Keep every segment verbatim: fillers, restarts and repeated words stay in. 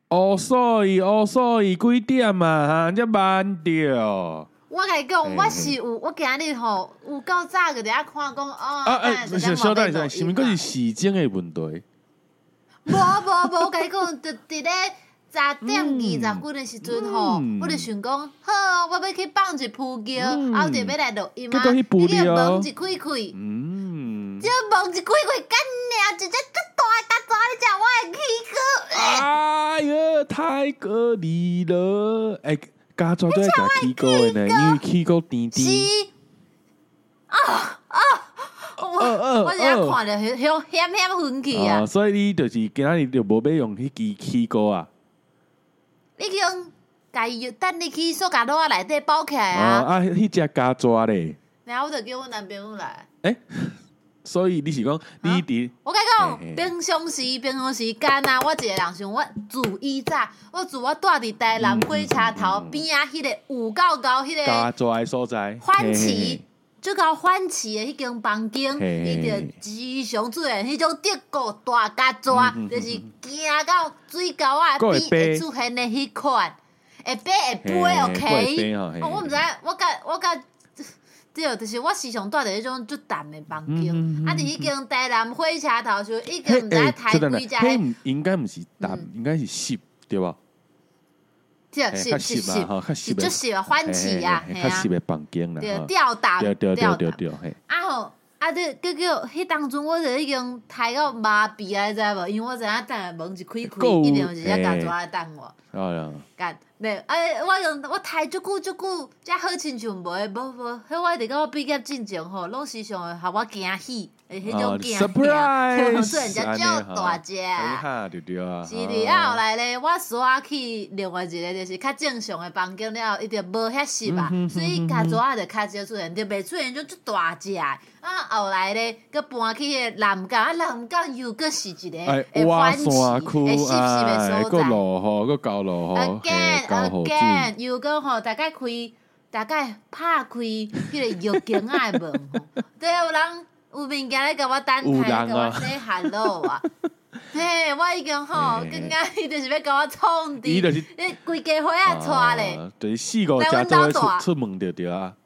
哦，所以哦，所以几点啊？哈，才慢着。 我甲你讲，我是有，我今日吼有够早个伫遐看讲，哦， 啊啊，小等一下，是毋过是时钟的问题？ 无无无，我甲你讲，就伫咧十点二十分的时阵吼，我就想讲，好，我要去放一扑叫，后就要来录音啊。 你个门一开开， 嗯， 这门一开开，干娘一只足大甲抓，你知我会起哥。 哎呀，太过你了，哎。家族都在讲起高的呢，因为起高甜甜。 是啊啊！我我现在看着险险险昏去啊！ 所以你就是今仔日就无要用迄支起高啊？ 你已经家己等你去塑胶袋内底包起来啊！ 啊，迄只家族咧。 然后我就叫我男朋友来。 诶。所以你是讲你伫、 啊？我甲你讲，平常时平常时间啊，我一个人想，我自以早，我自我住伫台南火车头边啊，迄个有够高迄个家住的所在， 欢喜最高欢喜的迄间房间，伊就吉祥主人迄种德国大家族，就是行到水沟啊边会出现的迄款，会飞会飞 OK。我毋知，我甲我甲。对，就是我时常住伫迄种足淡的房间，嗯嗯、啊，伫迄间台南火车头时，已经毋知台几只。 迄应该毋是淡，应该是湿，对吧？ 对，湿湿湿，是足湿啊，欢喜啊， 系啊，较湿的房间啦， 对，吊胆， 对对对对对， 啊吼。啊！你结果迄当阵我就已经抬到麻痹啊，你知无？因为我知影等下门一开开，一定有一只家族来等我。 哦呀！ 干，袂，啊！我用我抬足久足久，才好亲像无诶，无无。迄我伫甲我毕业进前吼，拢时常会互我惊喜，诶，迄种惊喜，做人家足大只。 哈，对对啊。 是哩，啊后来咧，我刷去另外一个就是较正常诶房间了，伊就无遐湿啊，所以家族啊就较少出现，就袂出现种足大只诶。啊，后来咧，佮搬去迄个南港，啊，南港又佮是一个会欢喜、会湿湿的所在。 佮落雨，佮高落雨， again again，又佮吼，大概开，大概拍开迄个浴缸仔的门，对，有人有物件咧，甲我等待，甲我 say hello 啊。嘿，我已经吼，感觉伊就是要甲我创伫，你规家伙仔带咧， 就是四五只都会出出门着着啊。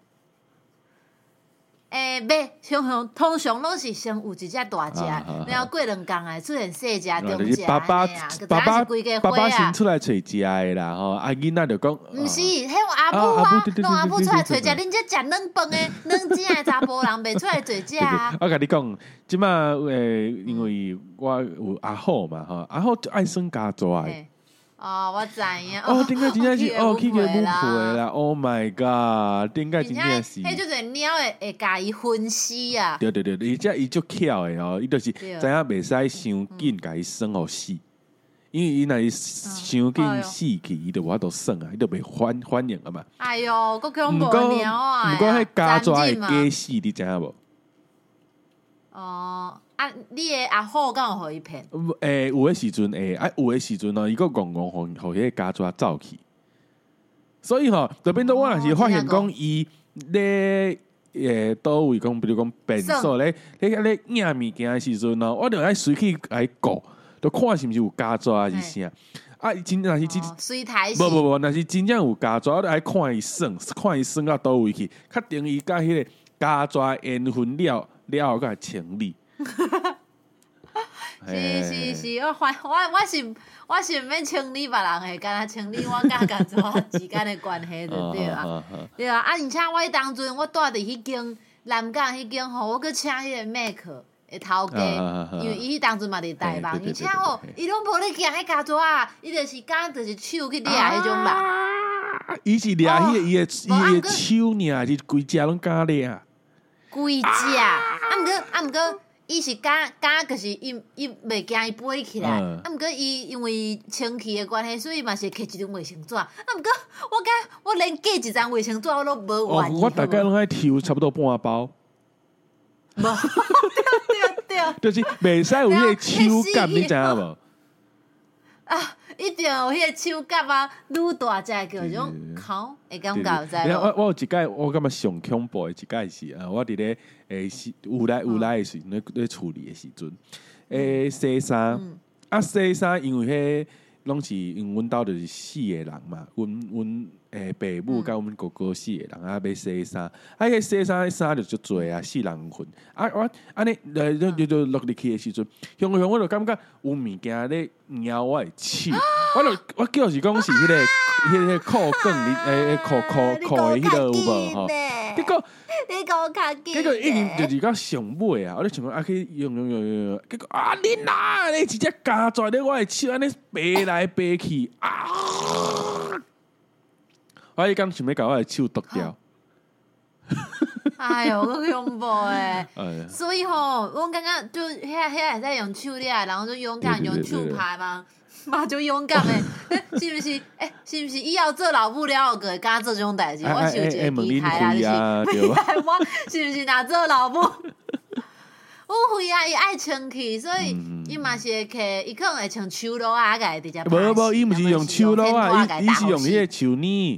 诶，袂常常通常拢是先有一只大只，然后过两工诶出现细只、中只爸爸爸爸爸爸先出来找食诶啦，吼，啊囡仔就讲， 毋是，迄阿母啊，拢阿母出来找食，恁这食软饭诶，软正诶查甫人袂出来找食啊。 我甲你讲，即马诶，因为我有阿好嘛，吼，阿好就爱耍家族诶。 哦，我知影。 哦，顶个真正是哦，去个母陪啦 ！Oh my god，顶个真正是。 迄就是鸟会会甲伊分析啊。 对对对，伊只伊足巧诶哦，伊就是知影袂使伤紧甲伊耍互死，因为伊若是伤紧死去，伊就无法度耍啊，伊就袂反反应啊嘛。 哎哟，够恐怖鸟啊！ 毋过迄家族会假死，你知影无？ 哦。啊！你诶阿好敢有互伊骗？ 诶，有诶时阵会，啊有诶时阵哦，伊个戆戆互互迄个家族走去，所以吼，就变做我若是发现讲伊咧诶倒位讲，比如讲变数咧，咧咧影物件诶时阵哦，我着爱随去来顾，着看是毋是有家族还是啥。啊，真若是真随台， 无无无，若是真正有家族，我着爱看伊算，看伊算到倒位去，确定伊甲迄个家族缘分了了后，才成立。 是是是，我反我我是我是毋免清理别人诶，干那清理我甲家族之间诶关系就对啊，对啊。啊，而且我迄当阵我住伫迄间南港迄间吼，我去请迄个 make 诶头家，因为伊迄当阵嘛伫台湾，而且吼伊拢无咧惊迄家族啊，伊就是敢就是手去掠迄种人。 伊是掠迄个伊诶伊诶手尔，还是规只拢敢掠？ 规只，啊毋过啊毋过。伊是敢敢，就是伊伊袂惊伊飞起来，啊！毋过伊因为清气的关系，所以嘛是摕一张卫生纸。啊！毋过我敢我连寄一张卫生纸我都无愿意。 我大概拢爱抽差不多半包。 无，对对就对， 是袂使有迄个手感，你知影无？ 啊！一定有迄个手感啊，愈大只叫种口会感觉知无？ 我我有一摆，我感觉上恐怖的一摆是啊，我伫咧诶有来有来的时阵咧咧处理的时阵，诶洗衫啊洗衫，因为迄拢是因为阮兜就是四个人嘛，阮阮诶爸母甲阮哥哥四个人啊，要洗衫，啊，迄洗衫衫就足侪啊，四人份。啊，我安尼呃就就就落入去诶时阵，向向我就感觉有物件咧咬我诶手，我就我就是讲是迄个迄个裤管哩诶裤裤裤诶迄个有无吼？结果你讲较紧， 结果已经就是到上尾啊！我咧想讲啊去用用用用用，结果啊恁啊，你直接夹住咧我诶手，安尼爬来爬去啊！我伊讲想要甲我诶手剁掉。 哎哟，够恐怖诶！所以吼，我感觉就遐遐会使用手咧，然后就勇敢用手拍嘛。嘛就勇敢诶，是毋是？诶、欸，是毋是以后做老母了，个会敢做这种代志？我是有一个期待啦，就是我是毋是若做老母？有会啊，伊爱穿去，所以伊嘛是会摕，伊可能会穿手螺啊，个直接。 无无，伊毋是用手螺啊，伊伊是用迄个手泥，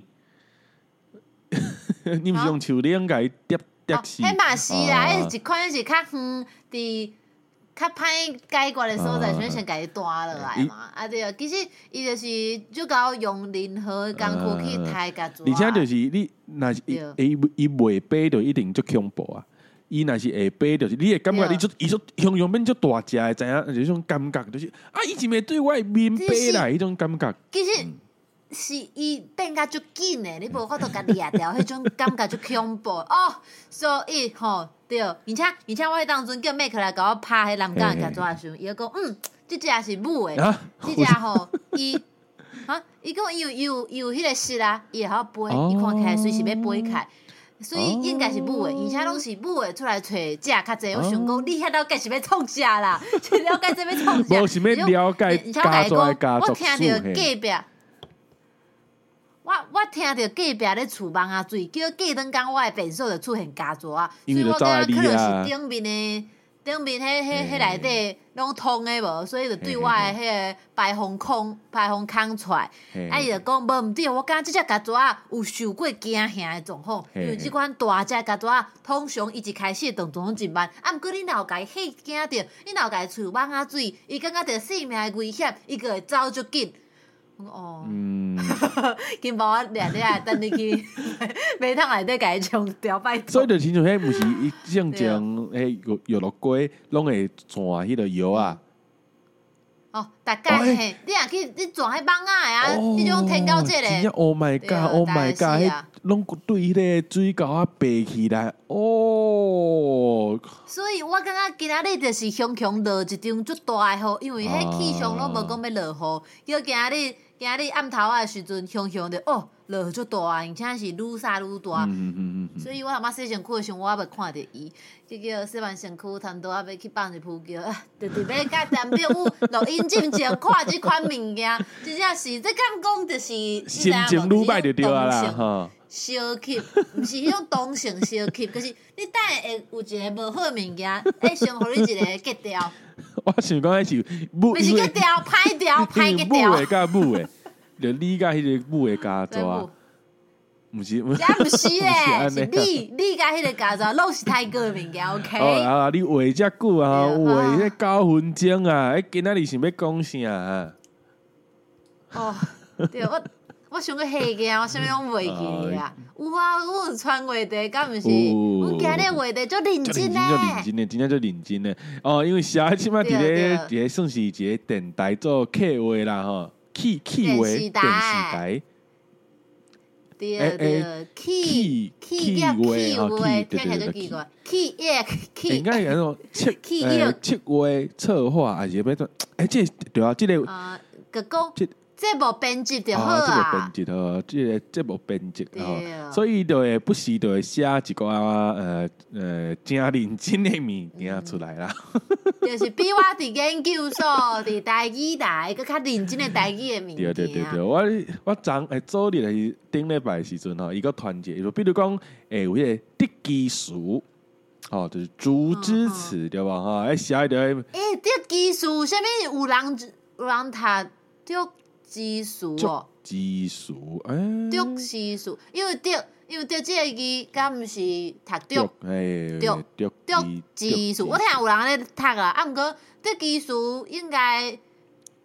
你毋是用手链甲伊叠叠死。 迄嘛是啦，迄一款是较远伫。较歹解决的所在，所以先甲伊带落来嘛。啊对，其实伊就是就搞用任何工具去抬甲做。 而且就是你，若是伊伊伊袂爬，就一定足恐怖啊！伊若是会爬，就是你会感觉你足伊足形容面足大只的，知影？就是种感觉，就是啊，伊是袂对我面爬来迄种感觉。 其实是伊变甲足紧的，你无法度甲掠掉，迄种感觉足恐怖哦。所以吼。对，而且而且我迄当阵叫麦克来甲我拍迄栏杆甲抓的时候，伊讲嗯，即只是母的，即只吼伊啊，伊讲伊有伊有伊有迄个势啊，伊会晓飞，伊看起来随时要飞开，所以应该是母的，而且拢是母的出来找食较济。我想讲，你遐了解是要创啥啦？是了解这要创啥？ 无是要了解家族的家族我听着隔壁。我我听到隔壁咧厝网啊水，叫隔两工我的便所就出现家族啊，所以我感觉可能是顶面的顶面迄迄迄内底拢通的无，所以就对我的迄个排风孔排风孔出来，啊伊就讲无毋对，我感觉即只家族啊有受过惊吓的状况，因为即款大只家族啊，通常伊一开始动作拢真慢，啊毋过你若有家己吓惊着，你若有家己厝网啊水，伊感觉着性命的危险，伊个会走足紧。哦，嗯，紧帮我掠掠，等你去马桶内底甲伊冲掉拜托。 所以就亲像迄，毋是伊正正迄药药落龟，拢会转迄个药啊。 哦，大概嘿，你若去你转迄网仔啊，迄种天高节咧。 Oh my god！Oh my god！迄拢对迄个水沟啊爬起来，哦。 所以我感觉今仔日就是雄雄落一场足大的雨，因为迄气象拢无讲要落雨，叫今仔日。今日暗头仔的时阵，熊熊的哦，落足大，而且是愈撒愈大。嗯嗯嗯嗯、所以我阿妈洗身躯的时候，我还袂看到伊。结果洗完身躯，差不多还要去放一扑叫，就特别甲男朋友录音进前看即款物件，真正是这敢讲就是心情愈歹就对啊啦，哈。 小气，毋是迄种同性小气，可是你等下会有一个无好的物件，会先互你一个戒掉。 我想讲迄是母， 毋是戒掉，歹掉，歹戒掉。 母的甲母的，就你甲迄个母的家族啊，毋是， 毋是咧，是你你甲迄个家族拢是太过的物件 ，OK？ 哦啊，你话遮久啊，话迄九分钟啊，哎，今仔日想要讲啥啊？ 哦，对我。我想个下个啊，我啥物拢袂记啊。有啊，我有传话题，敢毋是？我今日话题足认真咧， 足认真咧，真正足认真咧。哦，因为写即摆伫咧，伫咧算是一个电台做客话啦，吼，客客话电视台。 对对，客客话客话，听起来就奇怪。客耶客， 应该有那种策呃策话策划，还是要做？哎，这对啊，这个啊，个讲。节目编辑就好啊， 节目编辑好，即个节目编辑吼，所以就会不时就会写一个呃呃真认真的物件出来啦。 就是比我伫研究所、伫台语台，佮较认真的台语的物件。 对对对对，我我昨诶昨日是顶礼拜时阵吼，伊个团结，比如讲诶有迄个德基树，吼就是竹枝词对吧？吼，诶写一条。诶， 德基树，啥物有人有人读德？基数哦， 基数，哎， 德基数，因为德，因为德这个字，敢毋是读德， 德德德基数，我听有人咧读啊，啊，毋过德基数应该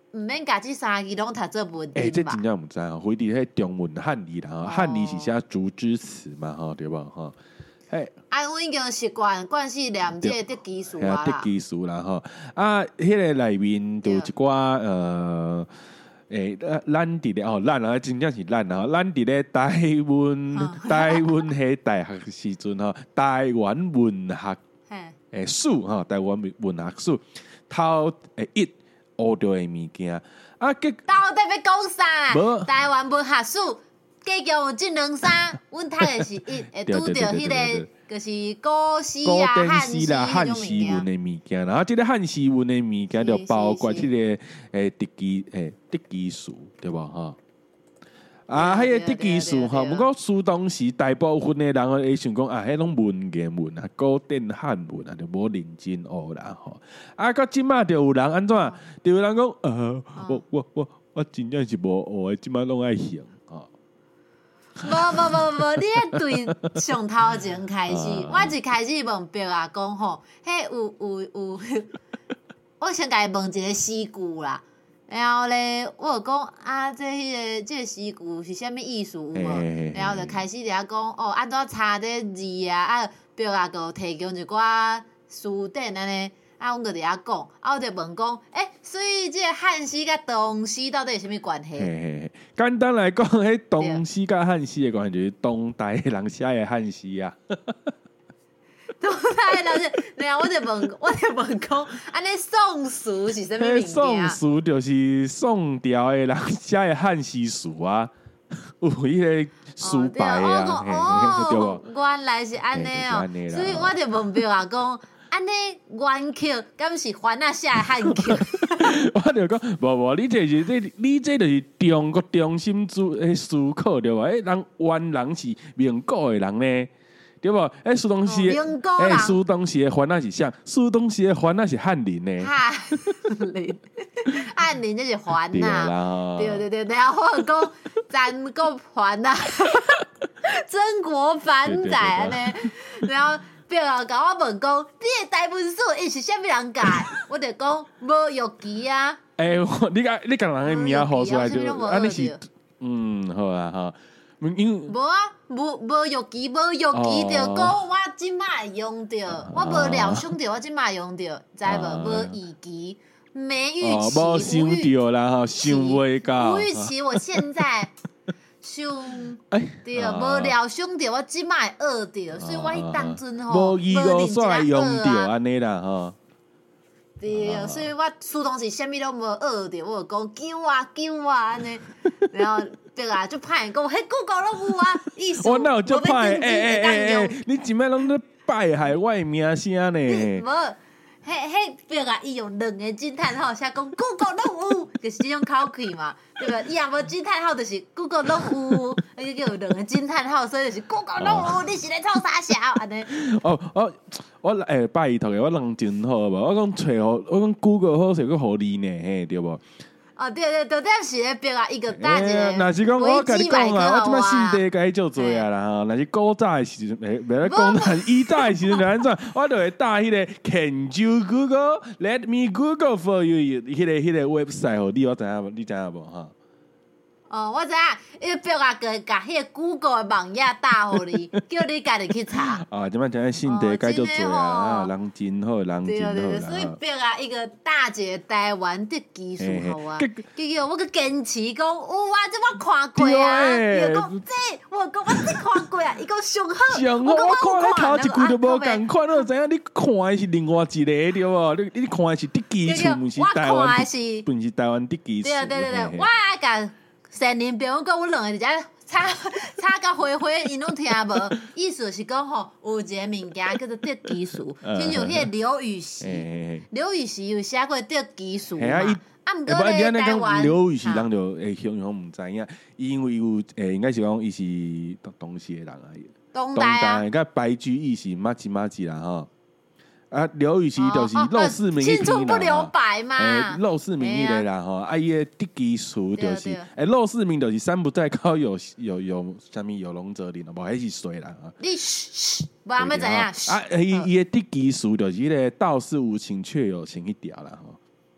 毋免甲即三个字拢读做文哎、欸，这音吧真？正毋知吼，非伫迄中文汉字啦，吼、汉字是写竹之词嘛，吼，对无吼？嘿， 啊，阮已经习惯惯势念即个德基数啊德啦。 基数啦，吼啊，迄个内面就有一寡呃。诶，咱伫咧哦，咱啊真正是咱啊，咱伫咧台湾台湾迄大学时阵吼，台湾文学诶史吼，台湾文学史头诶一学到诶物件啊，结到底要讲啥无？ 台湾文学史，加强有即两衫，阮读诶是一会拄着迄个，就是古诗古啊、 典汉诗啦、汉诗文的。 诶物件，然后即个汉诗文诶物件就包括即个诶德基诶德基书，对无吼？啊，迄个德基书吼，毋过苏当时大部分诶人会想讲啊，迄种文言文啊、古典汉文啊，就无认真学啦吼。啊，到即马就有人安怎？就有人讲，呃，我我我我真正是无学诶，即马拢爱想吼。 无无无无，你咧对上头前开始，我一开始问表阿公吼，迄有有有，我先甲伊问一个诗句啦。然后咧，我就讲啊，这迄、那个这个诗句是啥物意思有无？然后就开始伫遐讲哦，安怎查这字啊？啊，表阿个提供一寡词典安尼，啊，阮就伫遐讲，啊，我就问讲，诶、欸，所以这个汉诗甲唐诗到底是啥物关系？ 简单来讲，迄唐诗甲汉诗的关系就是当代人写的汉诗啊。 当代人是，然后我就问，我就问讲，安尼宋词是啥物物件？ 宋词就是宋朝的人写的汉诗词啊，有迄个诗牌啊， 哦， 对无？ 原来是安尼哦，所以我就问表阿公，安尼原曲敢是番仔写的汉曲？ 我就讲，无无，你这是这，你这就是中国中心思诶思考对无？诶，人原人是民国的人呢？对无？诶，苏东西，诶，苏东西的番仔是啥？苏东西的番仔是翰林呢？ 翰林，翰林就是番呐，对对对对，然后我讲曾国藩呐，曾国藩仔安尼，然后表阿甲我问讲，你的台文史伊是啥物人改？我就讲无玉琪啊。 诶，你甲你甲人的名号出来就，安尼是，嗯，好啊哈。 无啊，无无玉琪，无玉琪着讲我即摆会用着，我无料想着我即摆会用着，知无？无预期，没预期， 无想着啦吼，想袂到。 无预期，我现在想对，无料想着我即摆会学着，所以我迄当阵吼， 无伊个煞用着安尼啦吼。 对，所以我苏当时啥物拢无学着，我就讲救啊救啊安尼，然后。对啊，就歹讲，迄句讲拢有啊，意思。 我哪有就歹？诶诶诶诶，你前摆拢咧败害我的名声呢？ 无，迄迄表啊，伊用两个惊叹号，写讲句讲拢有，就是这种口气嘛，对吧？伊也无惊叹号，就是句讲拢有，而且叫有两个惊叹号，所以就是句讲拢有，你是咧创啥笑安尼？ 哦哦，我诶拜托诶，我人真好无？我讲找互，我讲 Google 好势，佫互你呢，嘿，对无？ 哦，对对，重点是咧表啊，伊个大一个若是讲我甲你讲啊，我即摆性地改就做啊啦吼。若是古早诶时阵，诶，袂咧讲，但以早诶时阵就安怎？我就会打迄个 Can you Google? Let me Google for you。迄个迄个 website 互你，我知影无？你知影无哈？ 哦，我知影，伊表啊，个甲迄个 Google 的网页打互你，叫你家己去查。 啊，即摆真性地改就做啊，人真好，人真好。 对对对，所以表啊，一个大姐台湾的技术好啊。结果我个坚持讲，有啊，这我看过啊。伊讲这，我讲我这看过啊，伊讲上好。 上好，我看你头一句就无共款，我知影你看的是另外一个对无？你你看的是德基术，毋是台湾，不是台湾德基术。 对对对对，我甲。三年表，我讲我两个伫遮吵吵甲灰灰，因拢听无。意思是讲吼，有一个物件叫做德基术，亲像迄个刘禹锡，刘禹锡有写过德基术嘛。啊，毋过咧台湾， 刘禹锡人就会形容毋知影，因为有诶，应该是讲伊是东西诶人啊， 东代啊， 甲白居易是马吉马吉啦吼。啊，刘禹锡就是陋室铭一青春不留白嘛， 诶，陋室铭一个啦吼，啊，伊诶德基术就是，诶，陋室铭就是山不在高，有有有啥物有龙则灵，无迄是水啦。 你嘘，无阿要知影。啊， 伊伊诶德基术就是迄个道是无晴却有情一条啦吼。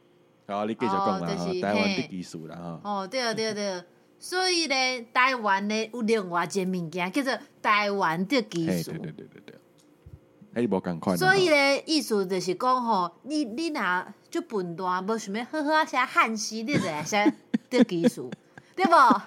好，你继续讲啦，台湾的技术啦哈。 哦，对对对，所以咧，台湾咧有另外一个物件叫做台湾的技术。 对对对对对，哎，无共款。 所以咧，意思就是讲吼，你你若就笨蛋，无想要好好写汉诗，你就来写的技术，对无？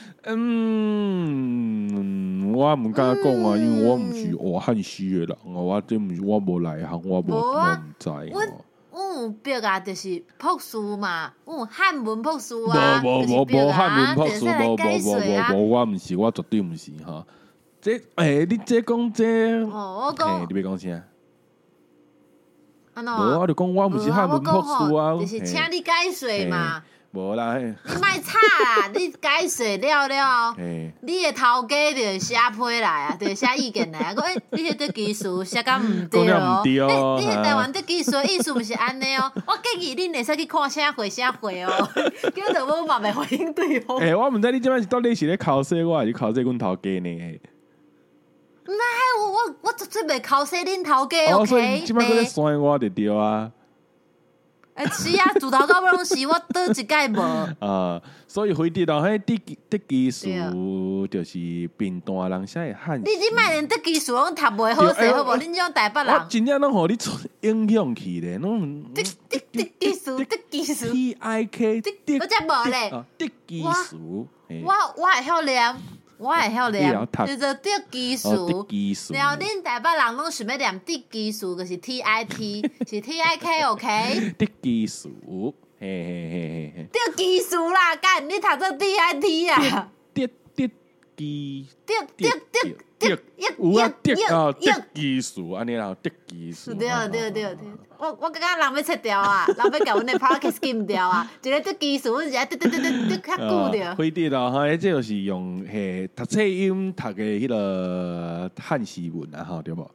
嗯，我唔敢讲啊，因为我唔是学汉诗的人啊，我这唔是我无内行，我无我唔知。 我我有笔啊，就是朴素嘛，有汉文朴素啊， 无无无无汉文朴素，无无无无无，我唔是，我绝对唔是哈。这诶，你这讲这， 哦，我讲， 你要讲啥？ 安怎？ 无，我就讲我唔是汉文朴素啊， 就是请你解说嘛。 无啦， 你莫吵啦！你解说了了，你的头家就写批来啊，就写意见来啊。讲诶，你迄个技术写甲毋对哦。你你迄台湾的技术意思毋是安尼哦。我建议恁会使去看啥会啥会哦。叫做我嘛袂回应对方。 诶，我毋知你即摆是到底是咧考试我，还是考试阮头家呢？ 那我我我绝对袂考试恁头家 ，OK？ 哦，所以即摆搁咧酸我就对啊。 诶，是啊，自头到尾拢是我倒一届无。 啊，所以回答到迄啲啲技术，就是平淡人写汉诗。 你你莫连啲技术拢读袂好势，好无？恁种台北人， 我真正拢互你影响去咧，拢啲啲啲技术，啲技术 ，T I K， 我只无咧， 啲技术， 我我会晓念。我会晓念，叫做德技术。然后恁台北人拢想要念德技术，就是 T I T， 是 T I K，OK？ 德技术，嘿嘿嘿嘿。 德技术啦，干你读做 T I T 啊？ 德德技， 德德德德， 有啊德啊德技术，安尼啦，德技术。 对对对对，我我感觉人要切掉啊，人要甲阮的 podcast 禁掉啊，一个德技术，一个德德德德德较久着。 会得啦，哈，这就是用嘿读册音读的迄个汉诗文啊，哈，对无？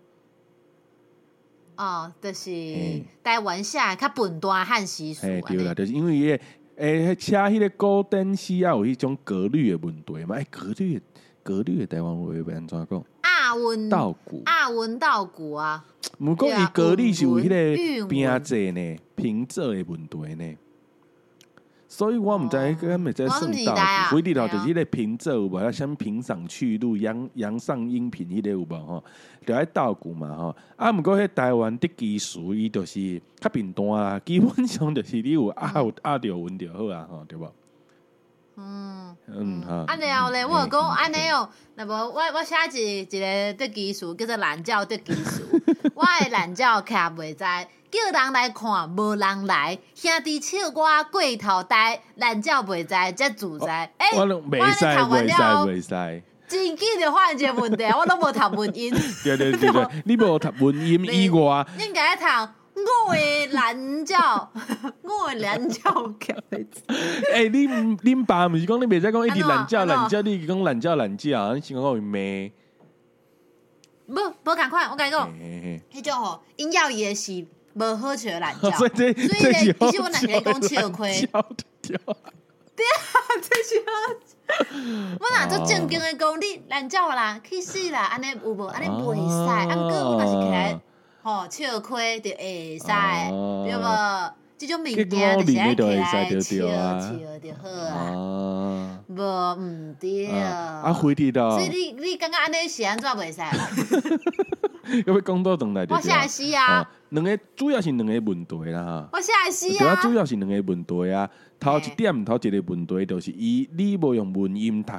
哦，就是台湾写较笨蛋汉诗书。 哎，对啦，就是因为迄诶，写迄个古典诗啊，有迄种格律的问题嘛。哎，格律格律的台湾话要安怎讲？ 押韵稻谷， 押韵稻谷啊。 毋过伊格律是有迄个平仄呢，平仄的问题呢。所以我毋知迄个咪在算稻谷，规定头就是迄个平仄有无？啊，啥物平上去路，阳阳上阴平迄个有无吼？就爱稻谷嘛吼。啊，毋过迄台湾的技术伊就是较平淡啊，基本上就是你有押有押着韵就好啊，吼，对无？ 嗯嗯哈。 啊，然后咧，我讲安尼哦，那无我我写一一个德技术，叫做懒觉德技术。我的懒觉徛袂在。叫人来看，无人来，兄弟笑我过头呆，懒觉袂在，才自在。哎、欸， 我袂使，袂使，袂使。 真紧就发现一个问题，我都无读文音。 对对对对，你无读文音以外， 应该读我的懒觉，我的懒觉徛袂在。 哎，你恁爸毋是讲你袂使讲一直懒觉懒觉，你讲懒觉懒觉，你是讲我会骂？ 无无共款，我甲你讲，迄种吼，因要也是。无好笑的懒觉， 所以这所以咧，其实我若是咧讲笑亏，对啊，这是好。我若做正经的讲，你懒觉啦，去死啦，安尼有无？安尼袂使，啊，毋过我若是起来，吼笑亏就会使，对无？这种物件就是爱起来笑笑就好啊，无毋对。 啊，回题到， 所以你你感觉安尼是安怎袂使？ 要要讲到转来就对。 我写会死啊！ 两个主要是两个问题啦哈。 我写会死啊！ 对啊，主要是两个问题啊。头一点，头一个问题就是伊你无用文音读。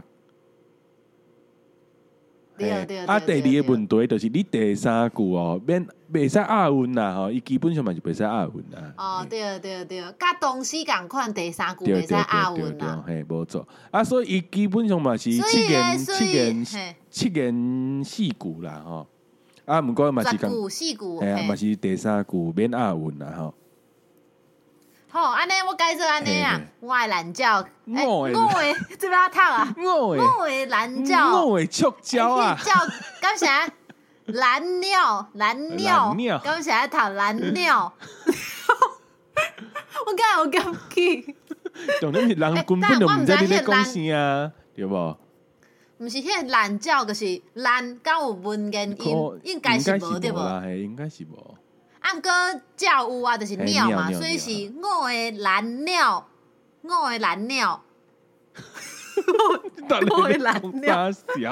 对对对。 啊，第二个问题就是你第三句哦，免袂使押韵啦吼，伊基本上嘛是袂使押韵啦。 哦，对对对，甲同时共款第三句袂使押韵啦。 嘿，无错。啊，所以伊基本上嘛是七言七言七言四句啦吼。啊，毋过嘛是讲，哎呀，嘛是第三句免押韵啦吼。 好，安尼我改做安尼啊，我的懒觉， 我的我的这边读啊， 我的我的懒觉， 我的触礁啊， 叫感谢蓝鸟，蓝鸟，感谢读蓝鸟，我敢有感觉。 重点是人根本就毋知你咧讲啥啊，对无？ 毋是迄个懒觉，就是懒，敢有文言音，应该是无对无？ 应该是无。 啊，毋过鸟有啊，就是鸟嘛，所以是五个蓝鸟，五个蓝鸟，五个蓝鸟。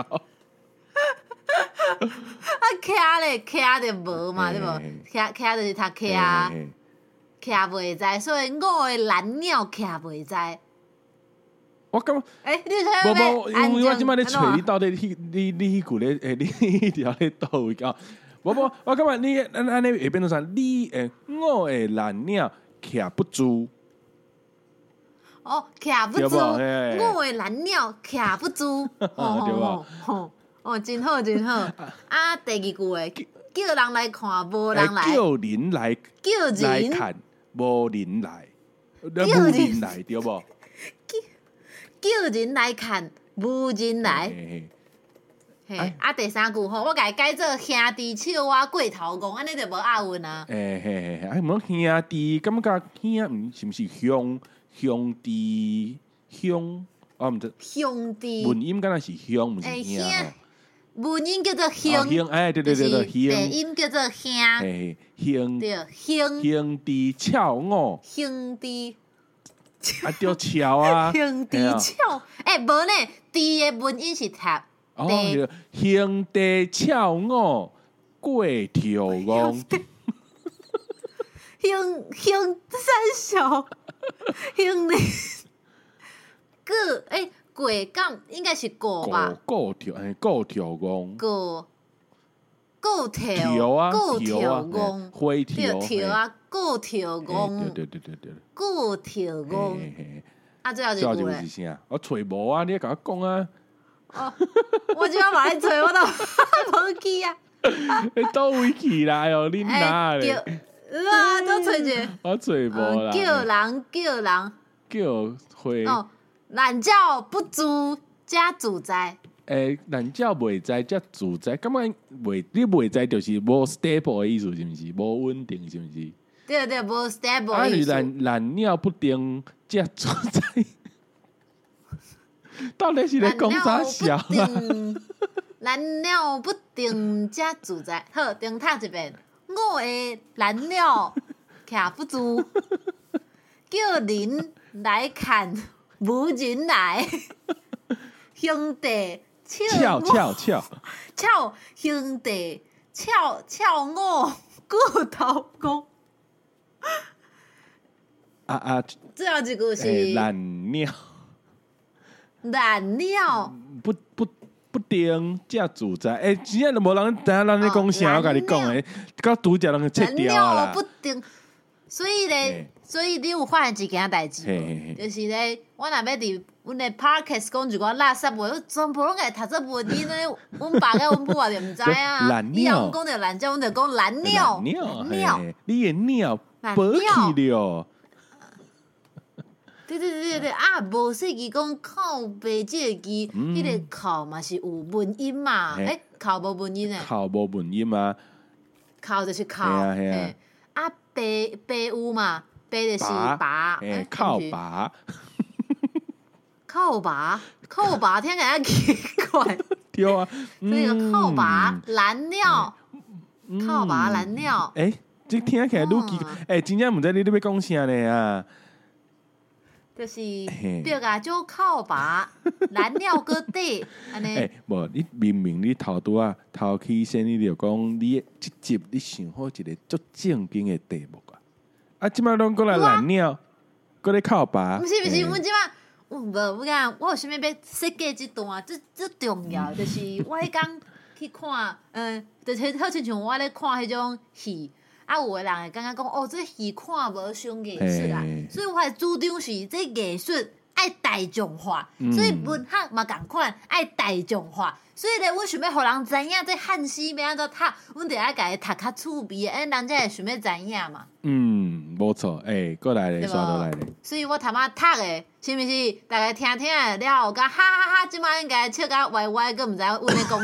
啊，徛咧，徛着无嘛，对无？徛徛就是读徛，徛袂知，所以五个蓝鸟徛袂知。 我感觉， 诶，你睇咩？无无，因为我即摆咧找你到底你你你迄句咧，诶，你迄条咧倒位讲？无无，我感觉你安安尼会变做啥？你诶，五个蓝鸟徛不住。 哦，徛不住，五个蓝鸟徛不住， 对吧？ 哦，真好真好。啊，第二句诶，叫人来看，无人来； 叫人来， 叫人来看，无人来，叫人来对无？ 叫人来看，无人来。嘿，啊，第三句吼，我甲伊改做兄弟笑我过头讲，安尼就无押韵啊。 诶嘿嘿，啊，无兄弟，感觉兄毋是毋是兄兄弟兄，我毋知兄弟文音敢若是兄，毋是兄吼。 文音叫做兄， 兄，哎，对对对对，兄。 鼻音叫做兄， 嘿，兄， 对，兄兄弟俏我， 兄弟。 啊，着俏啊， 兄弟俏，诶，无呢，弟的文音是读。 哦，兄弟俏我过条江， 兄兄三小兄弟过诶过港应该是过吧？ 过条诶过条江， 过过条啊过条江， 花条条啊过条江， 对对对对对， 过条江。啊，最后一句咧是啥？我揣无啊，你甲我讲啊。 哦，我即摆嘛咧找，我都无记啊。 你倒位去啦哦，你哪咧？ 啊，都找者。 我找无啦。 叫人叫人叫会。 哦，懒觉不足加自在。 诶，懒觉袂知加自在，感觉袂你袂知就是无 stable 的意思，是毋是？无稳定，是毋是？ 对对，无 stable 的意思。啊， 你懒懒尿不定加自在。到底是咧讲啥笑啦？ 蓝鸟不定加自在，好，重读一遍。我的蓝鸟徛不住，叫人来看，无人来。兄弟俏俏俏俏兄弟俏俏我过头讲。 啊啊！ 最后一句是蓝鸟。 蓝鸟不不不定加自在，诶、欸，真正都无人知影咱咧讲啥，我甲你讲诶，到拄则人切掉啦。 不定，所以咧，所以你有发现一件代志，就是咧，我若要伫阮的 podcast 讲一寡垃圾话，我全部拢甲读做文音咧，阮爸甲阮母也就毋知啊。 蓝鸟， 阮讲着蓝鸟，阮就讲蓝鸟， 鸟， 鸟， 你的鸟飞去了。 对对对对对啊！无说伊讲靠背即个字，迄个靠嘛是有文音嘛？诶，靠无文音诶？ 靠无文音啊？ 靠就是靠，嘿啊背背有嘛？背就是拔， 诶靠拔， 靠拔靠拔，听起来奇怪。 对啊， 所以个靠拔蓝鸟，靠拔蓝鸟。 诶，这听起来愈奇，诶，真正毋知你咧要讲啥咧啊？ 就是对啊，就靠拔蓝鸟个底安尼。 诶，无你明明你头拄啊头起先，你就讲你即集你想好一个足正经的题目啊！啊，即摆拢过来蓝鸟，过来靠拔。 毋是毋是，阮即摆，我无我讲，我有啥物要设计即段，最最重要就是我迄工去看，嗯，就是好亲像我咧看迄种戏。啊，有诶人会感觉讲，哦，这戏看无伤艺术啊，所以我诶主张是这艺术爱大众化，嗯、所以文学嘛共款爱大众化。所以咧，阮想要互人知影这汉诗要安怎读，阮着爱甲伊读较趣味，安人才会想要知影嘛。 嗯，无错，诶、欸，过来咧，刷倒来咧。 所以我头仔读诶，是毋是？大家听听了后，甲哈哈哈，即摆应该笑甲歪歪，佫毋知阮咧讲啥。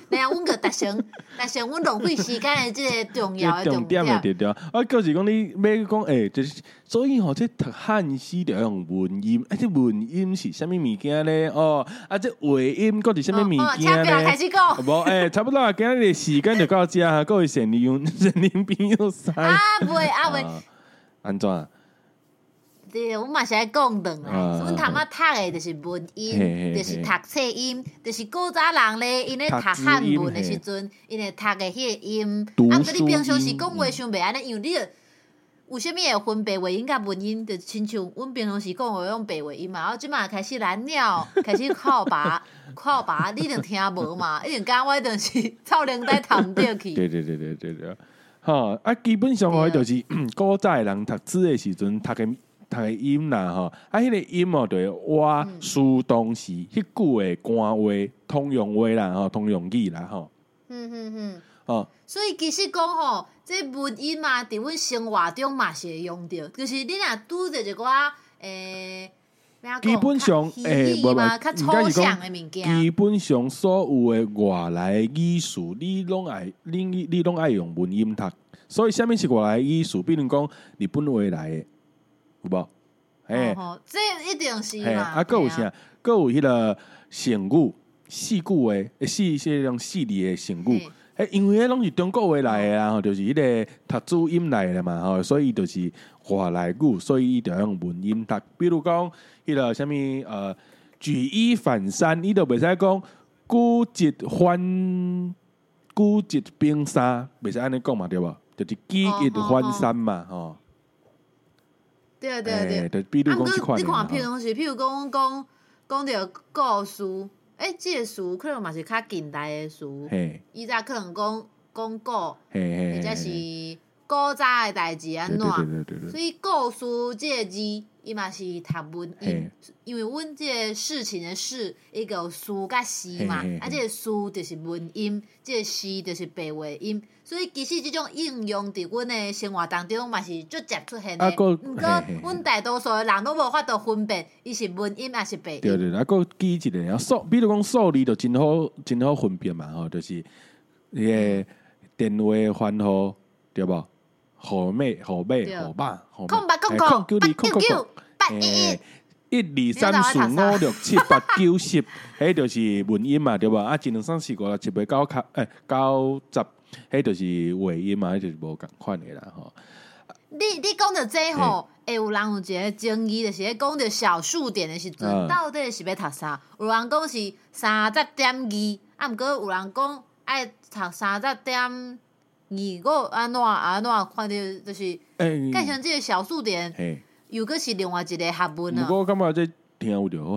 那样阮个达成达成阮浪费时间的这个重要的重点的对对。啊，就是讲你要讲诶，就是所以吼，这读汉诗就要用文音，啊，这文音是啥物物件咧？哦，啊，这话音佫是啥物物件咧？ 开始讲。 无诶，差不多啊，今日时间就到这啊，各位善良善良朋友使。 啊袂啊袂， 安怎？ 对，阮嘛是爱讲转来，阮头仔读的就是文音，就是读册音，就是古早人咧，因咧读汉文的时阵，因会读的迄个音。啊，毋过你平常时讲话伤袂安尼，因为你有啥物会分白话音甲文音，就亲像阮平常时讲话用白话音嘛，然后即马开始蓝鸟，开始靠拔靠拔，你一定听无嘛，一定讲我一定是臭奶呆谈着去。 对对对对对对，吼啊，基本上吼，就是古早的人读书的时阵读的。读个音啦吼，啊，迄、那个音哦，就是我苏当时迄句的官话、通用话啦吼，通用语啦吼。 嗯嗯嗯。 哦， 所以其实讲吼，这文音嘛，伫阮生活中嘛是会用到，就是你若拄着一寡诶， 基本上诶， 无嘛，较抽象的物件。 基本上所有的外来语词，你拢爱，你你拢爱用文音读。所以，啥物是外来语词？比如讲日本话来的。有无？ 哎、哦，这一定是嘛。 啊，还有啥？还有迄个成语、四句话、四些种四字的成语。哎，因为迄拢是中国话来的啊，就是迄个读注音来的嘛，吼，所以就是外来语，所以伊就用文音读。比如讲，迄个啥物呃，举一反三，伊就袂使讲举一反举一并三，袂使安尼讲嘛，对无？就是举一反三嘛，吼、哦。 对对对， 比如讲即款，你看譬如是，譬如讲讲讲着故事，诶，即个词可能嘛是较近代的词，以前可能讲讲古，或者是古早的代志安怎，所以故事即个字，伊嘛是读文音，因为阮即个事情的事，伊个有诗甲诗嘛，啊，即个诗就是文音，即个诗就是白话音。所以其实即种应用伫阮的生活当中嘛是足接出现的，毋过阮大多数的人都无法度分辨，伊是文音还是白音。 对对，啊，佫记一个，数，比如讲数字就真好，真好分辨嘛，吼，就是迄个电话番号，对无？号码、号码、号码、号码， 空八空空， 九二空空， 八一一、一二三四五六七八九十，迄就是文音嘛，对无？啊，一二三四五六七八九九，诶，九十。迄就是话音嘛，迄就是无共款的啦吼。 你你讲到这吼，会有人有一个争议，就是咧讲到小数点的时阵，嗯、到底是要读啥？有人讲是三十点二，啊，毋过有人讲爱读三十点二，我安怎安怎看到就是，欸、改成这个小数点，欸、又阁是另外一个学问啊。 不过我感觉这听有着。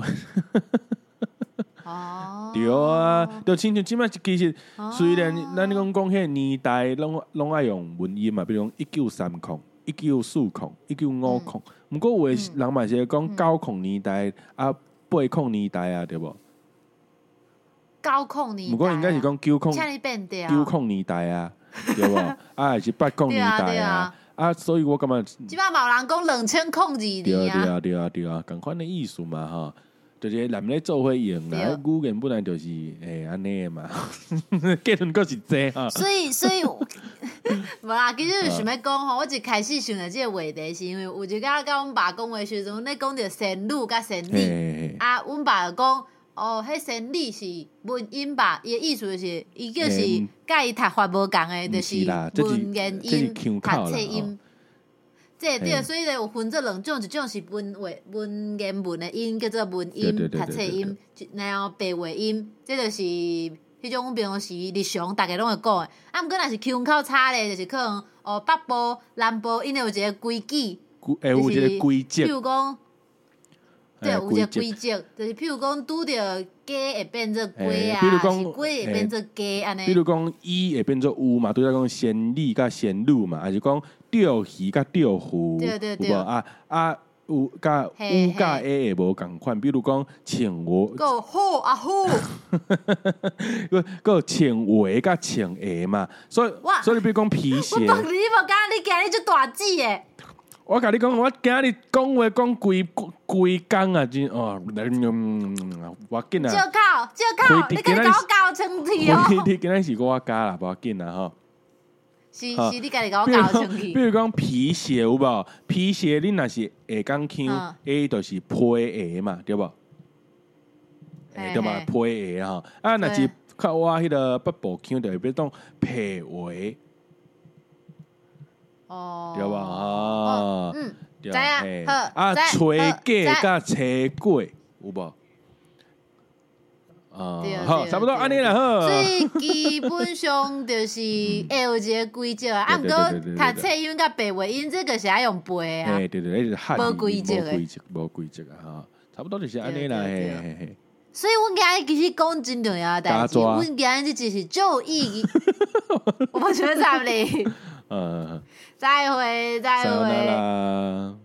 哦， 对啊，就亲像即摆其实虽然咱讲讲迄年代拢拢爱用文音嘛，比如讲一九三零、一九四零、一九五零，毋过有诶人嘛是讲九零年代啊、八零年代啊，对无？ 九零年代， 毋过应该是讲九零、九零年代啊，对无？啊，还是八零年代啊，啊，所以我感觉即摆嘛有人讲两千零二年啊， 对啊，对啊，对啊，对啊，共款诶意思嘛，吼。就是男咧做伙用啦，语言本来就是诶安尼嘛，结论阁是这哈。 所以所以，无啦，其实想要讲吼，我一开始想的这个话题是因为有一个甲阮爸讲话时阵，阮咧讲着生女甲生理，啊，阮爸就讲哦，迄生理是文音吧，伊的意思就是伊就是甲伊读法无共的，就是文言音、读册音。这对，所以咧有分做两种，一种是文话文言文的音，叫做文音读册音，然后白话音，这就是迄种平常时日常大家拢会讲的。啊，毋过若是腔口差咧，就是可能哦北部、南部，因为有一个规矩， 诶，有一个规则， 譬如讲，对，有一个规则，就是譬如讲拄着鸡会变做龟啊，是龟会变做鸡安尼。 比如讲，伊会变做有嘛，对，讲仙女甲仙女嘛，还是讲钓鱼甲钓鱼， 对对对， 啊啊有甲有甲 A 会无共款，比如讲请我， 个好啊好， 个个请话甲请鞋嘛，所以所以比如讲皮鞋， 我帮你无讲，你今日就大字诶。 我甲你讲，我今日讲话讲规规工啊，真哦，我紧啊！ 就靠就靠，你家己搞搞成体哦。 你今日是我加啦，无紧啦吼。 是是，你家己搞搞成体。 比如讲皮鞋有无？皮鞋你若是下港腔 A 就是皮鞋嘛，对无？对嘛，皮鞋吼。啊，若是靠我迄个北部腔，就比如讲皮鞋。 哦， 对吧？啊， 嗯， 对啊， 啊，吹粿甲切粿有无？啊，好，差不多安尼啦，好。 所以基本上就是会有一个规则啊，啊，毋过读册因甲背话，因这个是爱用背啊。 哎，对对，那是汉语， 无规则无规则，无规则啊，哈，差不多就是安尼啦，嘿嘿嘿。 所以阮今日其实讲真重要代志，阮今日这就是就意义。我们全插你。 嗯， 再会，再会。